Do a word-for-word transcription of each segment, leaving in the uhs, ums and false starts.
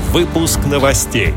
Выпуск новостей.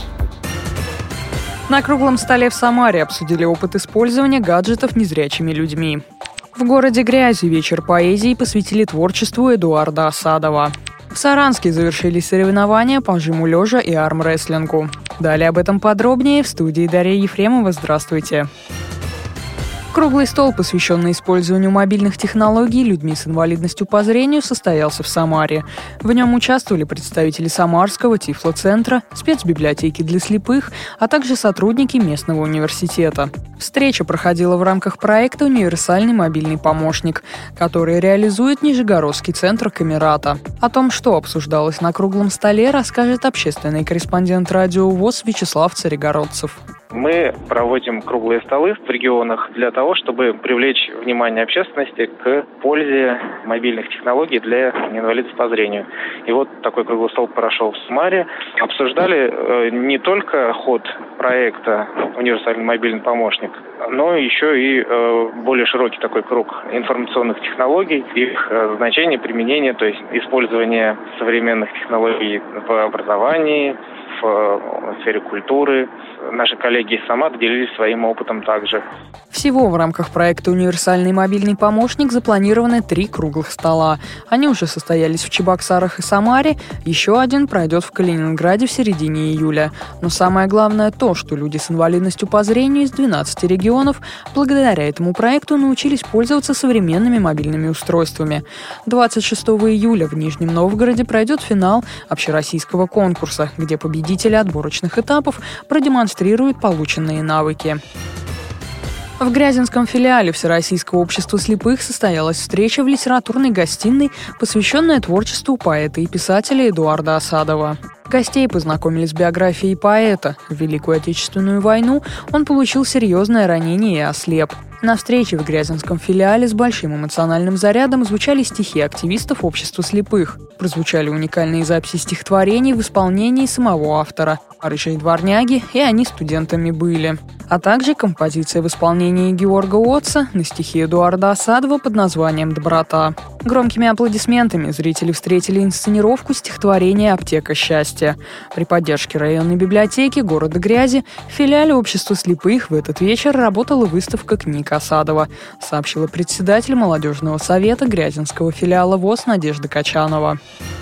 На круглом столе в Самаре обсудили опыт использования гаджетов незрячими людьми. В городе Грязи вечер поэзии посвятили творчеству Эдуарда Асадова. В Саранске завершились соревнования по жиму лежа и армрестлингу. Далее об этом подробнее в студии Дарья Ефремова. Здравствуйте. Круглый стол, посвященный использованию мобильных технологий людьми с инвалидностью по зрению, состоялся в Самаре. В нем участвовали представители Самарского Тифлоцентра, спецбиблиотеки для слепых, а также сотрудники местного университета. Встреча проходила в рамках проекта «Универсальный мобильный помощник», который реализует Нижегородский центр Камерата. О том, что обсуждалось на круглом столе, расскажет общественный корреспондент радио ВОС Вячеслав Царегородцев. Мы проводим круглые столы в регионах для того, чтобы привлечь внимание общественности к пользе мобильных технологий для инвалидов по зрению. И вот такой круглый стол прошел в Самаре. Обсуждали не только ход проекта «Универсальный мобильный помощник», но еще и более широкий такой круг информационных технологий, их значение, применение, то есть использование современных технологий в образовании, в сфере культуры. Наши коллеги из Самары делились своим опытом также. Всего в рамках проекта «Универсальный мобильный помощник» запланированы три круглых стола. Они уже состоялись в Чебоксарах и Самаре, еще один пройдет в Калининграде в середине июля. Но самое главное то, что люди с инвалидностью по зрению из двенадцати регионов благодаря этому проекту научились пользоваться современными мобильными устройствами. двадцать шестого июля в Нижнем Новгороде пройдет финал общероссийского конкурса, где победители отборочных этапов продемонстрируют полученные навыки. В Грязинском филиале Всероссийского общества слепых состоялась встреча в литературной гостиной, посвященная творчеству поэта и писателя Эдуарда Асадова. Гостей познакомили с биографией поэта. В Великую Отечественную войну он получил серьезное ранение и ослеп. На встрече в Грязинском филиале с большим эмоциональным зарядом звучали стихи активистов общества слепых. Прозвучали уникальные записи стихотворений в исполнении самого автора. «Рыжие дворняги» и «Они студентами были». А также композиция в исполнении Георга Отца на стихи Эдуарда Асадова под названием «Доброта». Громкими аплодисментами зрители встретили инсценировку стихотворения «Аптека счастья». При поддержке районной библиотеки города Грязи в филиале общества слепых в этот вечер работала выставка книг Асадова, сообщила председатель молодежного совета Грязинского филиала ВОС Надежда Качанова.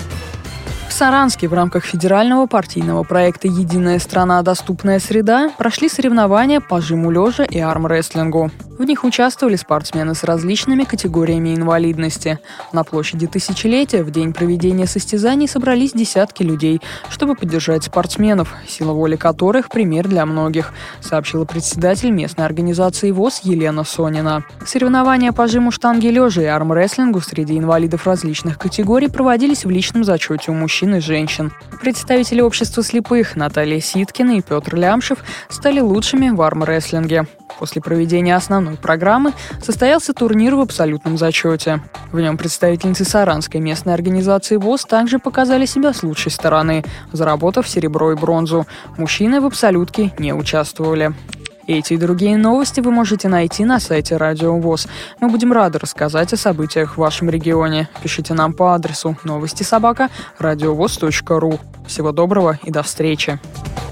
В Саранске в рамках федерального партийного проекта «Единая страна. Доступная среда» прошли соревнования по жиму лежа и армрестлингу. В них участвовали спортсмены с различными категориями инвалидности. На площади Тысячелетия в день проведения состязаний собрались десятки людей, чтобы поддержать спортсменов, сила воли которых – пример для многих, сообщила председатель местной организации ВОС Елена Сонина. Соревнования по жиму штанги лежа и армрестлингу среди инвалидов различных категорий проводились в личном зачете у мужчин и женщин. Представители общества слепых Наталья Ситкина и Петр Лямшев стали лучшими в армрестлинге. После проведения основной программы состоялся турнир в абсолютном зачете. В нем представительницы Саранской местной организации ВОС также показали себя с лучшей стороны, заработав серебро и бронзу. Мужчины в абсолютке не участвовали. Эти и другие новости вы можете найти на сайте Радио ВОС. Мы будем рады рассказать о событиях в вашем регионе. Пишите нам по адресу новости собака радиовос точка ру. Всего доброго и до встречи!